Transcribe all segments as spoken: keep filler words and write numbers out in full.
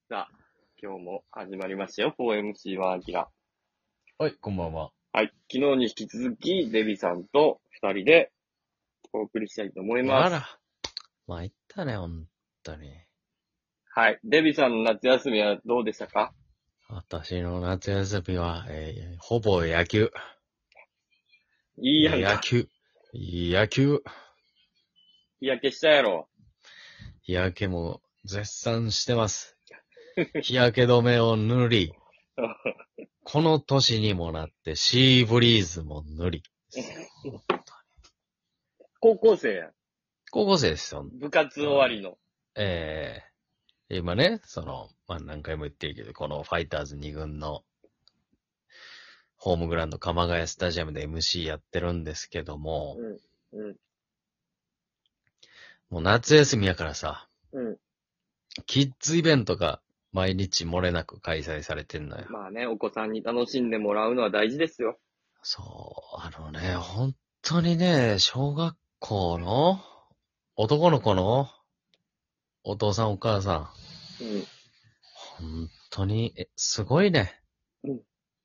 さあ、今日も始まりましたよ。フォーエムシー はアキラ。 はい、こんばんは。 はい。昨日に引き続き、デビさんと二人でお送りしたいと思います。 あら、参ったね、ほんとに。 はい。デビさんの夏休みはどうでしたか？ 私の夏休みは、えー、ほぼ野球。 いいやんか。 野球。野球。 日焼けしたやろ。 日焼けも絶賛してます。日焼け止めを塗り、この年にもなってシーブリーズも塗り。 高校生やん。 高校生ですよ。 部活終わりの。 えー、今ね、その、まあ、何回も言ってるけど、このファイターズに軍のホームグラウンド鎌ヶ谷スタジアムで エムシー やってるんですけども、 うん。うん。 もう夏休みやからさ、 うん。 キッズイベントが毎日漏れなく開催されてんのよ。 まあね、お子さんに楽しんでもらうのは大事ですよ。 そう、あのね、本当にね、小学校の男の子のお父さんお母さん、 うん。 本当に、え、すごいね。 うん。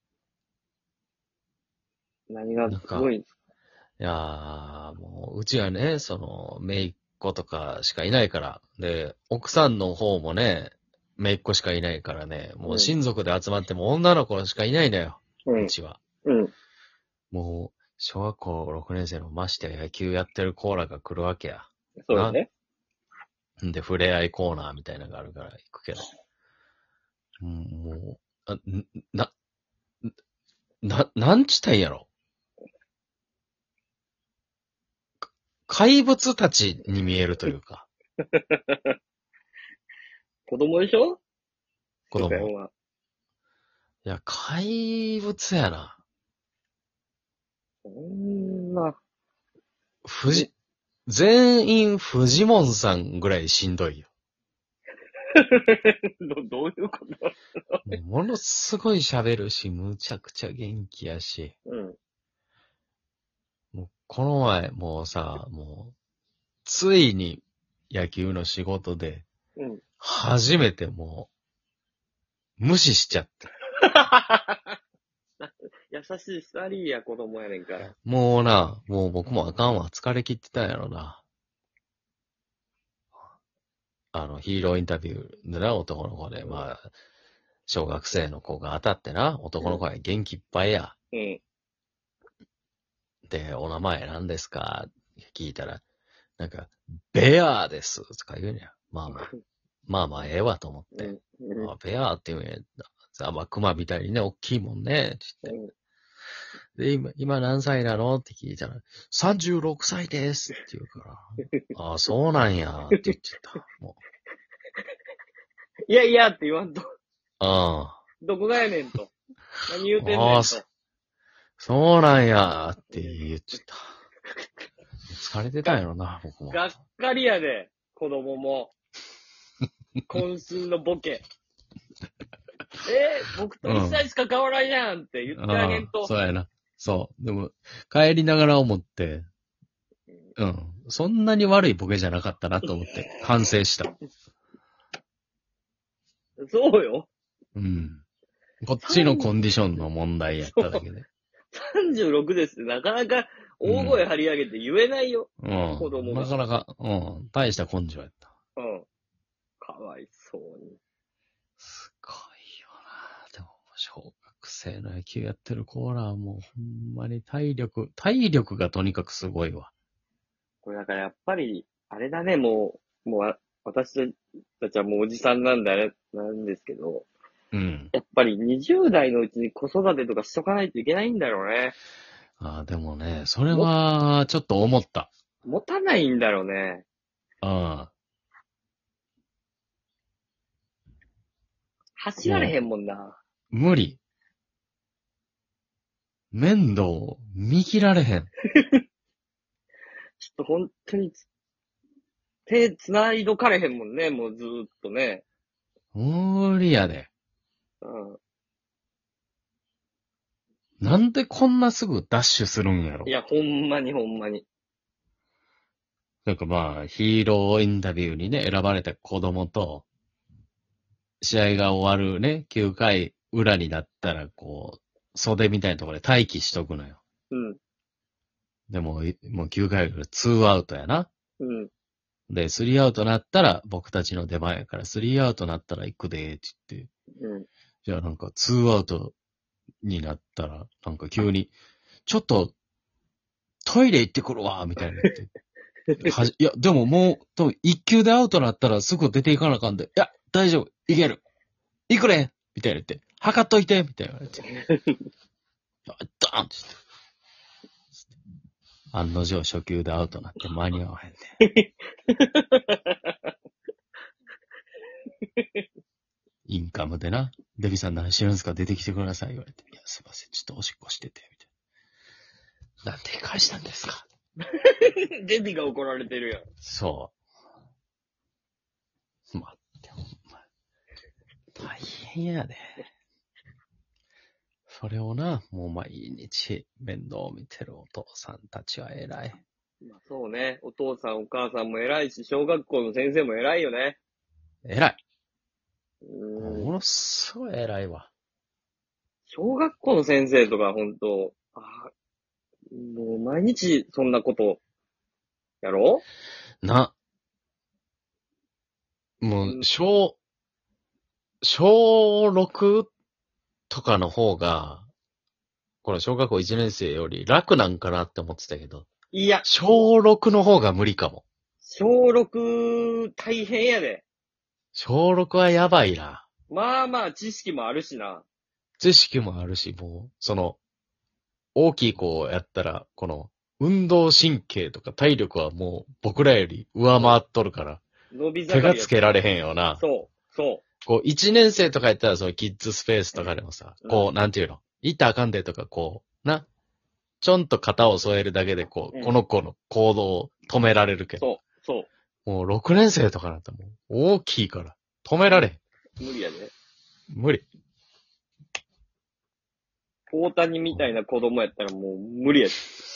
何がなんか、 すごい。 いやー、もう、うちはね、その、姪っ子とかしかいないから。で、奥さんの方もね、姪っ子しかいないからね、もう親族で集まっても女の子しかいないんだよ。 うん。 うちは。 うん。 もう、小学校ろくねん生のましてや野球やってるコーラが来るわけや。 そうよね。 んで、触れ合いコーナーみたいなのがあるから行くけど。もう、あんな、な、なんちったんやろ。怪物たちに見えるというか、 子供でしょ？ 子供。 初回は。 いや、怪物やな。 そんな。 ふじ、全員フジモンさんぐらいしんどいよ。 ど、どういうこと？ もうものすごい喋るし、むちゃくちゃ元気やし。 うん。 もうこの前、もうさ、もう、ついに野球の仕事で、 うん。 初めてもう、無視しちゃって。 優しいスターリーや子供やねんから。 もうな、もう僕もあかんわ。疲れ切ってたんやろな。あの、ヒーローインタビューでな、男の子で、まあ、小学生の子が当たってな、男の子や元気いっぱいや。 うん。 で、お名前何ですか聞いたら、なんか、ベアーですとか言うねや。まあまあ、まあまあ、ええわと思っうて。 ん。うん。 あ、ベアーって言うんや。あ、まあ、熊みたいにね、大きいもんね。つって。で、今、今何歳なのって聞いたら、さんじゅうろくさいですって言うから、ああ、そうなんやって言っちゃった。もいやいやって言わんと。 う。あどこがやねんと。何言うてんあ、 ねんと。 ああ、そそうなんやって言っちゃった。疲れてたんやろな、僕も。 がっかりやで、子供も。渾身のボケ。えー、僕と一歳しか変わらんやんって言ってあげんああ、 と。 そうやな。そう。でも、帰りながら思って、うん。そんなに悪いボケじゃなかったなと思って、反省した。 そうよ。 うん。こっちのコンディションの問題やっただけで。 さんじゅうろくですってなかなか大声張り上げて言えないよ。 う子供ん。 がなかなか、うん。大した根性やった。 うん。かわいそうに。 すごいよな。でも、小学生の野球やってるコーラはもうほんまに体力、体力がとにかくすごいわ。 これだからやっぱり、あれだね、もう、もうあ私たちはもうおじさんなんであれなんですけど、 うん。 やっぱりにじゅう代のうちに子育てとかしとかないといけないんだろうね。 ああ、でもね、それも、 は、ちょっと思った。 持たないんだろうね。 ああ、 走られへもんもんな。 う、無理。面倒、見切られへん。 ちょっと本当につ、手繋いどかれへんもんね、もうずーっとね。 無理やで。 うん。 なんでこんなすぐダッシュするんやろ。 いや、ほんまにほんまに。 なんかまあ、ヒーローインタビューにね、選ばれた子供と、 試合が終わるね、きゅうかい裏になったら、こう、袖みたいなところで待機しとくのよ。 うん。 でも、いもうきゅうかいツーアウトやな。 うん。 で、スリーアウトなったら、僕たちの出番やから、スリーアウトなったら行くで、って言って。 うん。 じゃあなんか、ツーアウトになったら、なんか急に、ちょっと、トイレ行ってくるわ、みたいな言って。はじいや、でももう、多分一球でアウトなったらすぐ出ていかなあかんで。いや、大丈夫、いける。行くねみたいな言って。測っといてみたいな言われて。ドーンって言って。案の定初球でアウトなって間に合わへんね。インカムでな。デビさん何してるんですか出てきてください言われて。いや、すいません。ちょっとおしっこしてて。みたいな。なんで返したんですかデビが怒られてるやん。 そう。待って、ほんま。大変やで。それをな、もう毎日面倒を見てるお父さんたちは偉い。 まあ、そうね。お父さんお母さんも偉いし、小学校の先生も偉いよね。 偉い。 うーん。 ものすごい偉いわ。 小学校の先生とかほんと、あもう毎日そんなことやろな。もうんう、小、小ろくとかの方が、この小学校いちねん生より楽なんかなって思ってたけど、 いや、 小ろくの方が無理かも。 小ろく大変やで。 小ろくはやばいな。 まあまあ知識もあるしな。 知識もあるし、もう、その、大きい子やったら、この、運動神経とか体力はもう僕らより上回っとるから、 伸び盛手がりやつけられへんよな。 そう、そこう、一年生とかやったら、そのキッズスペースとかでもさ、 うんこう、なんていうの、行ったらあかんでとか、こう、な、ちょんと肩を添えるだけで、こう、 うんこの子の行動を止められるけう、 ど、 そう、そもうろくねん生とかなったらもう、大きいから、止められへん。 う。無理やで。 無理。 大谷みたいな子供やったらもう無理やで。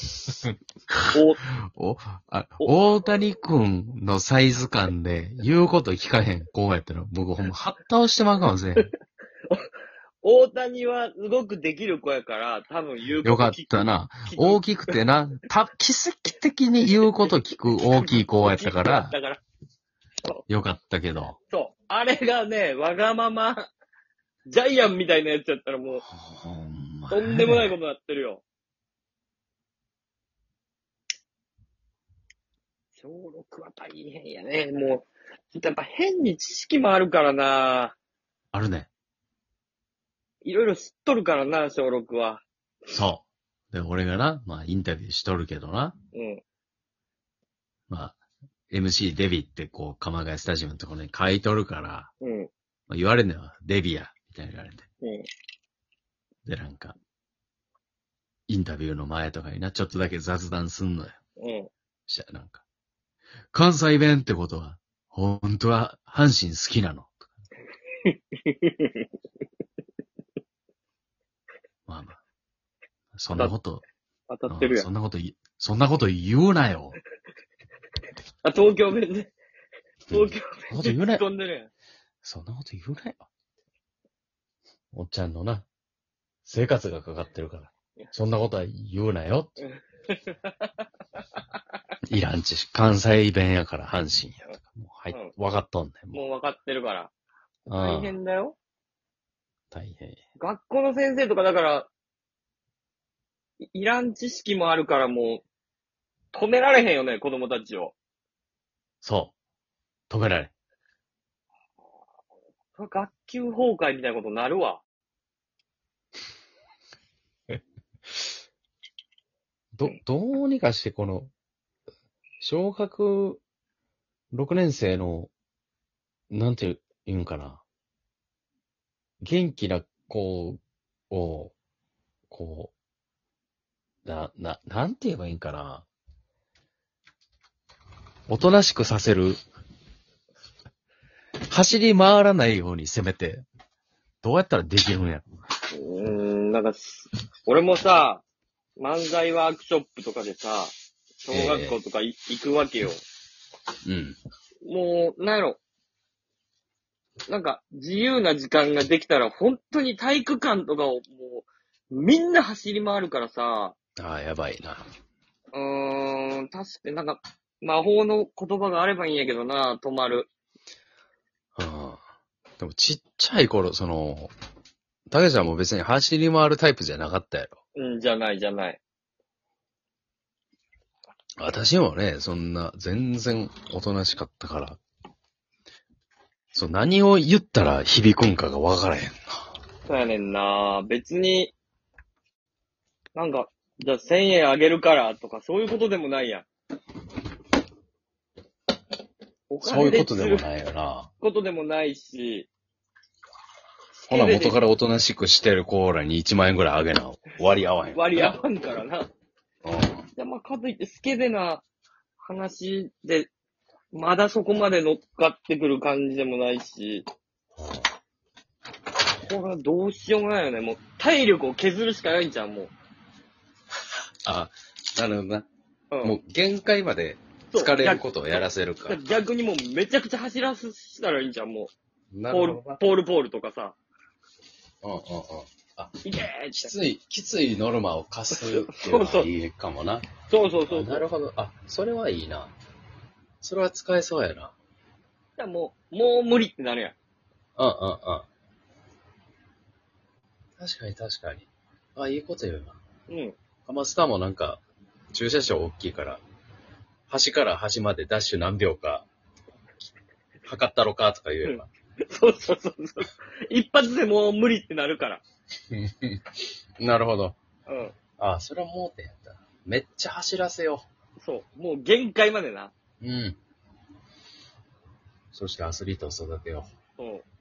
お、 お、あ、大谷くんのサイズ感で言うこと聞かへん子やったら、僕ほんま、はったをしてまうかもしれん。 大谷はすごくできる子やから、多分言うこと聞く。 よかったな。 聞く大きくてな、た、奇跡的に言うこと聞く大きい子やったからだ、から、 よかったけど。 そう。あれがね、わがまま、ジャイアンみたいなやつやったらもう、 ほんま。 とんでもないことになってるよ。小ろくは大変やね。もう、やっぱ変に知識もあるからな。 あるね。 いろいろ知っとるからな、小ろくは。 そう。で、俺がな、まあ、インタビューしとるけどな。 うん。 まあ、エムシー デビってこう、鎌ヶ谷スタジアムのところに書いとるから、 うん。 まあ、言われんのよ。デビや。みたいな言われて。 うん。 で、なんか、インタビューの前とかにな、ちょっとだけ雑談すんのよ。 うん。 したらなんか、関西弁ってことは、本当は阪神好きなのまあまあ。そんなこと、 当たってるやん。 そんなことい、そんなこと言うなよ。 あ、東京弁で。東京そんなこと弁で言うなよ。 突っ込んでるやん。 そんなこと言うなよ。おっちゃんのな、生活がかかってるから。そんなことは言うなよ。いらんちし、関西弁やから阪神やとか。もうはい、 うんわかっとんねん。 もう分かってるから。 ああ大変だよ。 大変。 学校の先生とかだから、いいらん知識もあるからもう、止められへんよね、子供たちを。 そう。止められん。 学級崩壊みたいなことになるわ。 ど、どうにかしてこの、小学ろくねん生の、なんて言うんかな。元気な子を、こう、な、な、なんて言えばいいんかな。おとなしくさせる。走り回らないようにせめて、どうやったらできるんや。 うーん、なんか、俺もさ、漫才ワークショップとかでさ、小学校とかい、行くわけよ。 うん。 もう、なんやろ。 なんか、自由な時間ができたら、本当に体育館とかをもう、みんな走り回るからさ、 ああ、やばいな。 うーん、確かになんか、魔法の言葉があればいいんやけどな、止まる。 うん。でもちっちゃい頃、その、たけちゃんも別に走り回るタイプじゃなかったやろ。 うん、じゃない、じゃない。 私もね、そんな、全然おとなしかったから。そう、何を言ったら響くんかがわからへんな。 そうやねんな。別に、なんか、じゃあせんえんあげるからとか、そういうことでもないやん。おそういうことでもい。 ないよな。 ことでもないし、 ほな、元からおとなしくしてるコーラにいちまん円ぐらいあげな。割り合わへん。 割り合わんからな。 うん。 じゃあまあ、かといってスケベな話で、まだそこまで乗っかってくる感じでもないし、これはどうしようもないよね。もう体力を削るしかないんじゃん、もう。 あ、なるほどな。 うん。 もう限界まで疲れることをやらせるか。 逆逆にもうめちゃくちゃ走らせしたらいいんじゃん、もう。 なポール、 るほどな。 ポールポールとかさ。 うんうんうん。あ、 いけーって。 きつい、きついノルマを課すっていうのはいいかもな。 そうそうそうそう。 なるほど。あ、それはいいな。それは使えそうやな。 じゃあもう、もう無理ってなるやん。 うんうんうん。確かに確かに。あ、いいこと言うな。 うん。 ハマスターもなんか、駐車場大きいから、端から端までダッシュ何秒か、測ったろかとか言えば。 そうそうそうそう。一発でもう無理ってなるから。 なるほど。 うん。 あ、それは盲点やったな。めっちゃ走らせよそう。もう限界までな。 う。うん。そしてアスリートを育てよう。 うん。